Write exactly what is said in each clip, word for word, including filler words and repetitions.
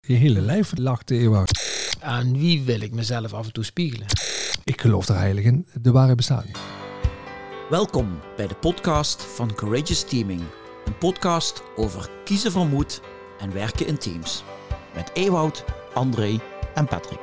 Je hele lijf lachte, Ewout. Aan wie wil ik mezelf af en toe spiegelen? Ik geloof er eigenlijk in, de waarheid bestaat niet. Welkom bij de podcast van Courageous Teaming. Een podcast over kiezen van moed en werken in teams. Met Ewout, André en Patrick.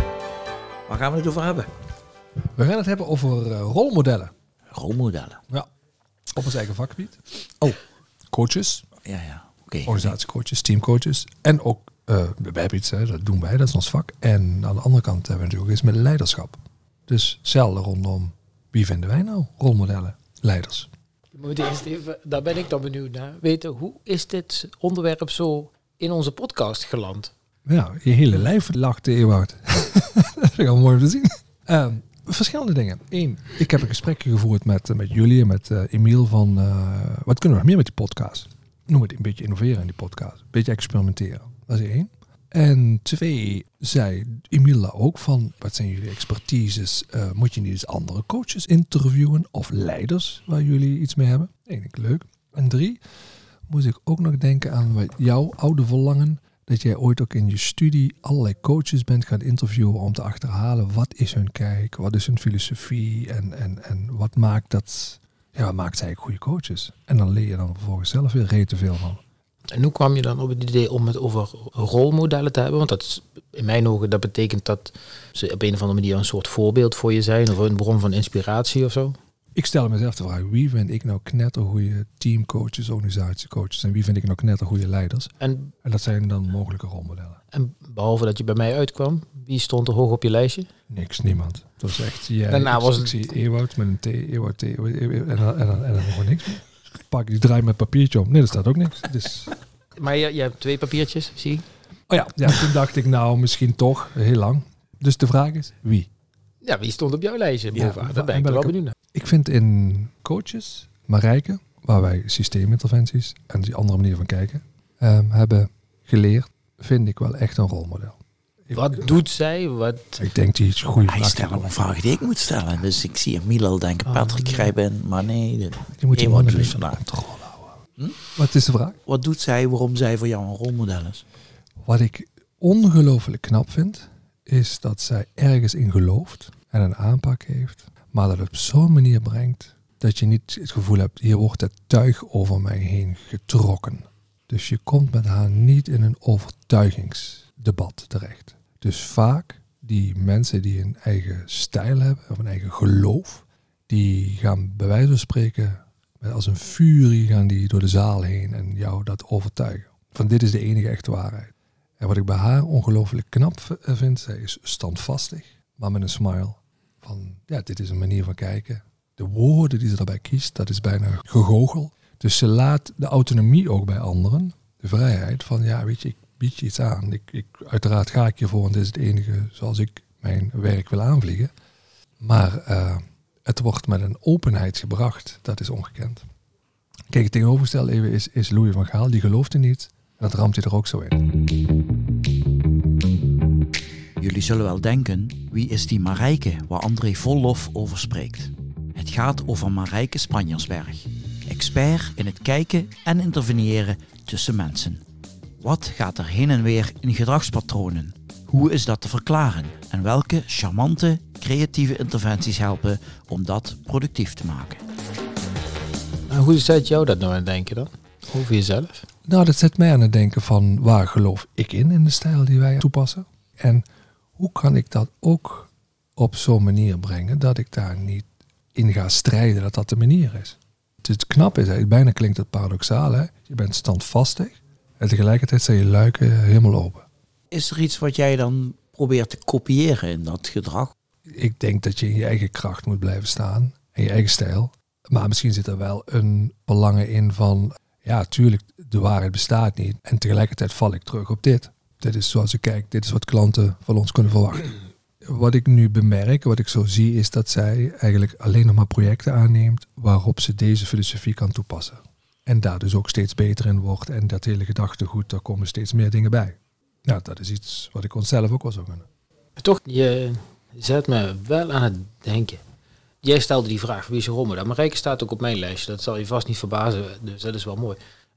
Waar gaan we het over hebben? We gaan het hebben over uh, rolmodellen. Rolmodellen. Ja. Op ons eigen vakgebied. Oh. Coaches. Ja, ja. Oké. Okay. Organisatiecoaches, teamcoaches. En ook, uh, wij hebben iets, hè, dat doen wij, dat is ons vak. En aan de andere kant hebben we natuurlijk iets met leiderschap. Dus hetzelfde rondom, wie vinden wij nou rolmodellen, leiders? Je moet eerst even, daar ben ik dan benieuwd naar. Weten, hoe is dit onderwerp zo in onze podcast geland? Ja, je hele lijf lachte, Ewout. Dat vind ik al mooi om te zien. Um, verschillende dingen. Eén, ik heb een gesprekje gevoerd met, met jullie en met uh, Emiel van... Uh, wat kunnen we nog meer met die podcast? Noem het een beetje innoveren in die podcast. Een beetje experimenteren. Dat is één. En twee, zei Emiel ook van... Wat zijn jullie expertises? Uh, moet je niet eens andere coaches interviewen? Of leiders waar jullie iets mee hebben? Eén, leuk. En drie, moest ik ook nog denken aan wat jouw oude verlangen... dat jij ooit ook in je studie allerlei coaches bent gaan interviewen om te achterhalen wat is hun kijk, wat is hun filosofie en, en, en wat maakt dat, ja, wat maakt zij goede coaches. En dan leer je dan vervolgens zelf weer rete veel van. En hoe kwam je dan op het idee om het over rolmodellen te hebben? Want dat is, in mijn ogen, dat betekent dat ze op een of andere manier een soort voorbeeld voor je zijn of een bron van inspiratie of zo? Ik stel mezelf de vraag, wie vind ik nou knettergoeie teamcoaches, organisatiecoaches en wie vind ik nou knettergoeie leiders? En, en dat zijn dan mogelijke rolmodellen. En behalve dat je bij mij uitkwam, wie stond er hoog op je lijstje? Niks, niemand. Het was echt, jij, Daarna ik, was ik het... zie Ewout met een T, Ewout T, Ewout, Ewout, en dan, en dan, en dan gewoon niks meer. Pak die draai met papiertje om. Nee, er staat ook niks. Dus... Maar je, je hebt twee papiertjes, zie je? Oh ja, ja, toen dacht ik nou misschien toch, heel lang. Dus de vraag is, wie? Ja, wie stond op jouw lijstje? Ja, Daar ben ik wel benieuwd naar. Ik vind in coaches, Marijke, waar wij systeeminterventies en die andere manier van kijken, um, hebben geleerd, vind ik wel echt een rolmodel. Wat ik, doet zij? Wat... Ik denk die iets goede Hij stelt een vraag die ik moet stellen. Dus ik zie Emiel al denken, oh, Patrick, nee. jij bent, maar nee. De, je moet je man een dus beetje vandaag. controle houden. Hm? Wat is de vraag? Wat doet zij, waarom zij voor jou een rolmodel is? Wat ik ongelooflijk knap vind, is dat zij ergens in gelooft en een aanpak heeft, maar dat het op zo'n manier brengt dat je niet het gevoel hebt, hier wordt het tuig over mij heen getrokken. Dus je komt met haar niet in een overtuigingsdebat terecht. Dus vaak die mensen die een eigen stijl hebben, of een eigen geloof, die gaan bij wijze van spreken, als een furie gaan die door de zaal heen en jou dat overtuigen. Van dit is de enige echte waarheid. En wat ik bij haar ongelooflijk knap vind, zij is standvastig, maar met een smile. Van, ja, dit is een manier van kijken. De woorden die ze daarbij kiest, dat is bijna gegoochel. Dus ze laat de autonomie ook bij anderen. De vrijheid van, ja, weet je, ik bied je iets aan. Ik, ik, uiteraard ga ik hiervoor, want dit is het enige zoals ik mijn werk wil aanvliegen. Maar uh, het wordt met een openheid gebracht. Dat is ongekend. Kijk, het tegenovergestelde even is, is Louis van Gaal. Die geloofde niet. En dat ramt hij er ook zo in. Jullie zullen wel denken, wie is die Marijke waar André vol lof over spreekt? Het gaat over Marijke Spanjersberg, expert in het kijken en interveneren tussen mensen. Wat gaat er heen en weer in gedragspatronen? Hoe is dat te verklaren? En welke charmante, creatieve interventies helpen om dat productief te maken? En hoe zet jou dat nou aan het denken dan? Over jezelf? Nou, dat zet mij aan het denken van waar geloof ik in, in de stijl die wij toepassen. En hoe kan ik dat ook op zo'n manier brengen dat ik daar niet in ga strijden dat dat de manier is. Het knap is, hè, bijna klinkt het paradoxaal, hè? Je bent standvastig en tegelijkertijd zijn je luiken helemaal open. Is er iets wat jij dan probeert te kopiëren in dat gedrag? Ik denk dat je in je eigen kracht moet blijven staan, in je eigen stijl. Maar misschien zit er wel een belangen in van, ja, tuurlijk, de waarheid bestaat niet. En tegelijkertijd val ik terug op dit. Dit is zoals ik kijk, dit is wat klanten van ons kunnen verwachten. Wat ik nu bemerk, wat ik zo zie, is dat zij eigenlijk alleen nog maar projecten aanneemt waarop ze deze filosofie kan toepassen. En daar dus ook steeds beter in wordt. En dat hele gedachtegoed, daar komen steeds meer dingen bij. Nou, dat is iets wat ik onszelf ook wel zou kunnen. Toch, je zet me wel aan het denken. Jij stelde die vraag, wie is je rolmodel? Marijke staat ook op mijn lijstje, dat zal je vast niet verbazen, dus dat is wel mooi.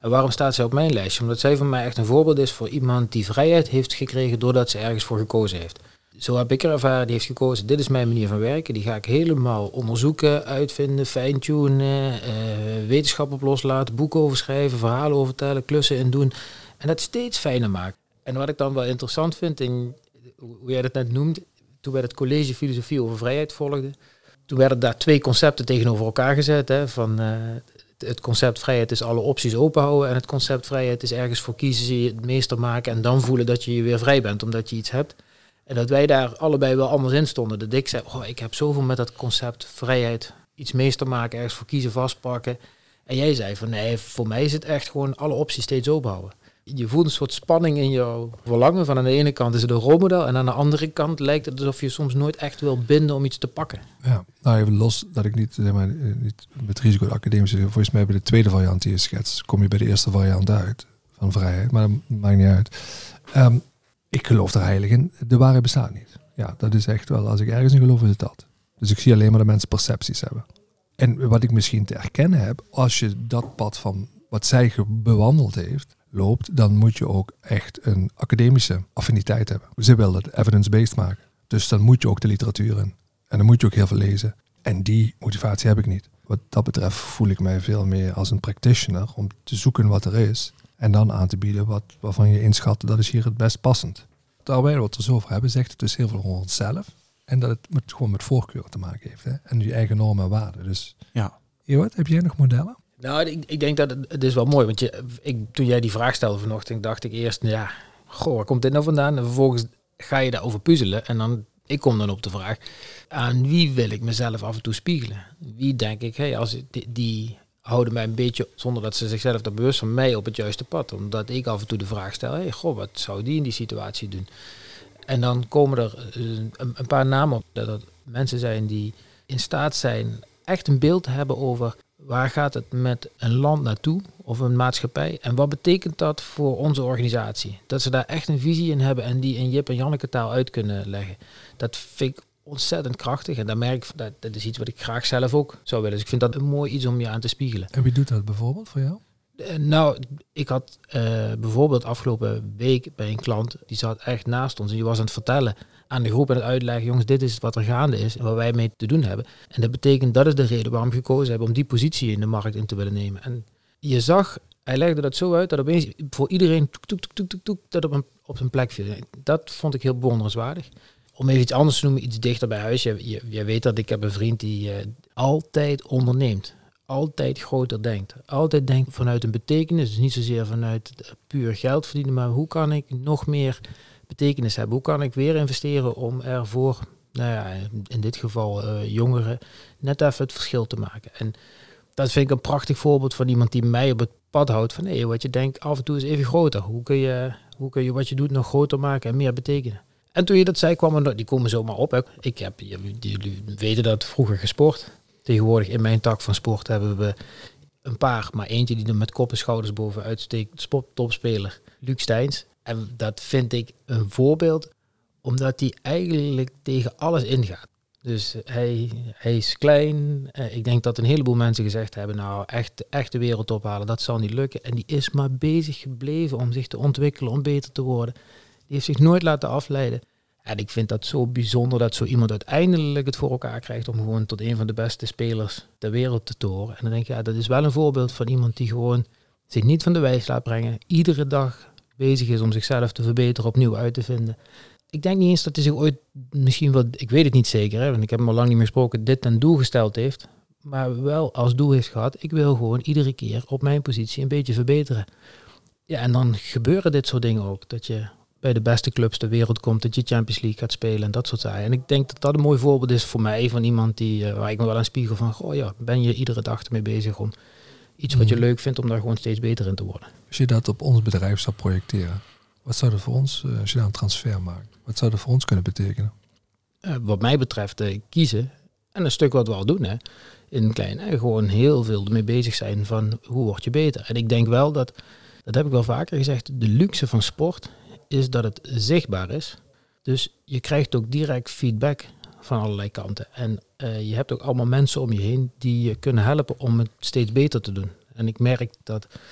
En waarom staat zij op mijn lijstje? Omdat zij voor mij echt een voorbeeld is voor iemand die vrijheid heeft gekregen doordat ze ergens voor gekozen heeft. Zo heb ik er ervaren, die heeft gekozen, dit is mijn manier van werken. Die ga ik helemaal onderzoeken, uitvinden, fine-tunen, uh, wetenschap op loslaten, boeken over schrijven, verhalen over vertellen, klussen in doen. En dat steeds fijner maken. En wat ik dan wel interessant vind, in, hoe jij dat net noemt, toen wij het college filosofie over vrijheid volgden, toen werden daar twee concepten tegenover elkaar gezet. Hè, van uh, het concept vrijheid is alle opties openhouden en het concept vrijheid is ergens voor kiezen, je het meester maken en dan voelen dat je je weer vrij bent omdat je iets hebt. En dat wij daar allebei wel anders in stonden. Dat ik zei, oh, ik heb zoveel met dat concept vrijheid, iets meester maken, ergens voor kiezen, vastpakken. En jij zei van nee, voor mij is het echt gewoon alle opties steeds openhouden. Je voelt een soort spanning in jouw verlangen. Van aan de ene kant is het een rolmodel en aan de andere kant lijkt het alsof je soms nooit echt wil binden om iets te pakken. Ja, nou even los dat ik niet, zeg maar, niet met risico de academische, volgens mij bij de tweede variant die je schetst, kom je bij de eerste variant uit van vrijheid, maar dat maakt niet uit. Um, ik geloof er heilig in, de waarheid bestaat niet. Ja, dat is echt wel, als ik ergens in geloof is het dat. Dus ik zie alleen maar dat mensen percepties hebben. En wat ik misschien te erkennen heb, als je dat pad van wat zij bewandeld heeft, loopt, dan moet je ook echt een academische affiniteit hebben. Ze wil het evidence-based maken. Dus dan moet je ook de literatuur in. En dan moet je ook heel veel lezen. En die motivatie heb ik niet. Wat dat betreft voel ik mij veel meer als een practitioner om te zoeken wat er is. En dan aan te bieden wat, waarvan je inschat, dat is hier het best passend. Terwijl wij wat er zo over hebben, zegt het dus heel veel over onszelf. En dat het met, gewoon met voorkeuren te maken heeft. Hè? En je eigen normen en waarden. Dus, ja. Ewout, heb jij nog modellen? Nou, ik, ik denk dat het, het is wel mooi. Want je, ik, toen jij die vraag stelde vanochtend, dacht ik eerst, ja, goh, waar komt dit nou vandaan? En vervolgens ga je daarover puzzelen. En dan, ik kom dan op de vraag, aan wie wil ik mezelf af en toe spiegelen? Wie denk ik, hey, als die, die houden mij een beetje, zonder dat ze zichzelf daar bewust van, mij op het juiste pad. Omdat ik af en toe de vraag stel, hey, goh, wat zou die in die situatie doen? En dan komen er een, een paar namen op. Dat er mensen zijn die in staat zijn echt een beeld te hebben over waar gaat het met een land naartoe of een maatschappij en wat betekent dat voor onze organisatie? Dat ze daar echt een visie in hebben en die in Jip en Janneke taal uit kunnen leggen. Dat vind ik ontzettend krachtig en dan merk ik dat dat is iets wat ik graag zelf ook zou willen. Dus ik vind dat een mooi iets om je aan te spiegelen. En wie doet dat bijvoorbeeld voor jou? Uh, nou, ik had uh, bijvoorbeeld afgelopen week bij een klant, die zat echt naast ons en die was aan het vertellen aan de groep en het uitleggen, jongens, dit is wat er gaande is en wat wij mee te doen hebben. En dat betekent, dat is de reden waarom we gekozen hebben om die positie in de markt in te willen nemen. En je zag, hij legde dat zo uit dat opeens voor iedereen toek, toek, toek, toek, toek, dat op, een, op zijn plek viel. Dat vond ik heel bewonderenswaardig. Om even iets anders te noemen, iets dichter bij huis. Je, je, je weet dat ik heb een vriend die uh, altijd onderneemt. Altijd groter denkt. Altijd denkt vanuit een betekenis. Dus niet zozeer vanuit puur geld verdienen, maar hoe kan ik nog meer betekenis hebben? Hoe kan ik weer investeren om ervoor, nou ja, in dit geval uh, jongeren, net even het verschil te maken. En dat vind ik een prachtig voorbeeld van iemand die mij op het pad houdt van nee, wat je denkt af en toe is even groter. Hoe kun je, hoe kun je wat je doet nog groter maken en meer betekenen? En toen je dat zei, kwam er, die komen zomaar op. Hè. Ik heb, jullie weten dat, vroeger gesport. Tegenwoordig in mijn tak van sport hebben we een paar, maar eentje die er met kop en schouders bovenuit steekt, sport, topspeler, Luc Steins. En dat vind ik een voorbeeld, omdat hij eigenlijk tegen alles ingaat. Dus hij, hij is klein. Ik denk dat een heleboel mensen gezegd hebben, nou echt, echt de wereld ophalen, dat zal niet lukken. En die is maar bezig gebleven om zich te ontwikkelen, om beter te worden. Die heeft zich nooit laten afleiden. En ik vind dat zo bijzonder dat zo iemand uiteindelijk het voor elkaar krijgt om gewoon tot een van de beste spelers ter wereld te toren. En dan denk ik, ja, dat is wel een voorbeeld van iemand die gewoon zich niet van de wijs laat brengen. Iedere dag bezig is om zichzelf te verbeteren, opnieuw uit te vinden. Ik denk niet eens dat hij zich ooit, misschien wel, ik weet het niet zeker, hè, want ik heb hem al lang niet meer gesproken, dit ten doel gesteld heeft. Maar wel als doel heeft gehad, ik wil gewoon iedere keer op mijn positie een beetje verbeteren. Ja, en dan gebeuren dit soort dingen ook. Dat je bij de beste clubs ter wereld komt, dat je Champions League gaat spelen en dat soort zaken. En ik denk dat dat een mooi voorbeeld is voor mij van iemand die, uh, waar ik me wel aan spiegel van, goh ja, ben je iedere dag ermee bezig om iets wat je leuk vindt, om daar gewoon steeds beter in te worden. Als je dat op ons bedrijf zou projecteren, wat zou dat voor ons, uh, als je daar een transfer maakt, wat zou dat voor ons kunnen betekenen? Uh, wat mij betreft uh, kiezen, en een stuk wat we al doen, hè, in klein, hè, gewoon heel veel ermee bezig zijn van hoe word je beter. En ik denk wel dat, dat heb ik wel vaker gezegd, de luxe van sport is dat het zichtbaar is. Dus je krijgt ook direct feedback van allerlei kanten. En uh, je hebt ook allemaal mensen om je heen die je kunnen helpen om het steeds beter te doen. En ik merk dat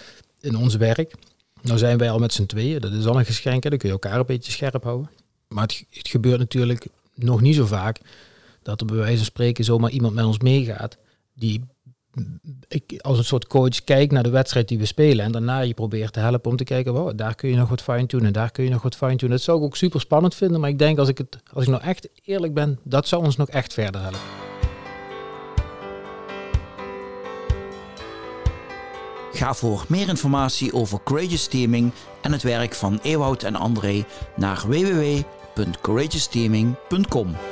in ons werk. Nou zijn wij al met z'n tweeën, dat is al een geschenk. Hè? Dan kun je elkaar een beetje scherp houden. Maar het, het gebeurt natuurlijk nog niet zo vaak dat er bij wijze van spreken zomaar iemand met ons meegaat die ik als een soort coach kijkt naar de wedstrijd die we spelen en daarna je probeert te helpen om te kijken, wow, daar kun je nog wat fine-tunen en daar kun je nog wat fine-tunen. Dat zou ik ook super spannend vinden, maar ik denk als ik het, als ik nou echt eerlijk ben, dat zou ons nog echt verder helpen. Ga voor meer informatie over Courageous Teaming en het werk van Ewout en André naar w w w punt courageous teaming punt com.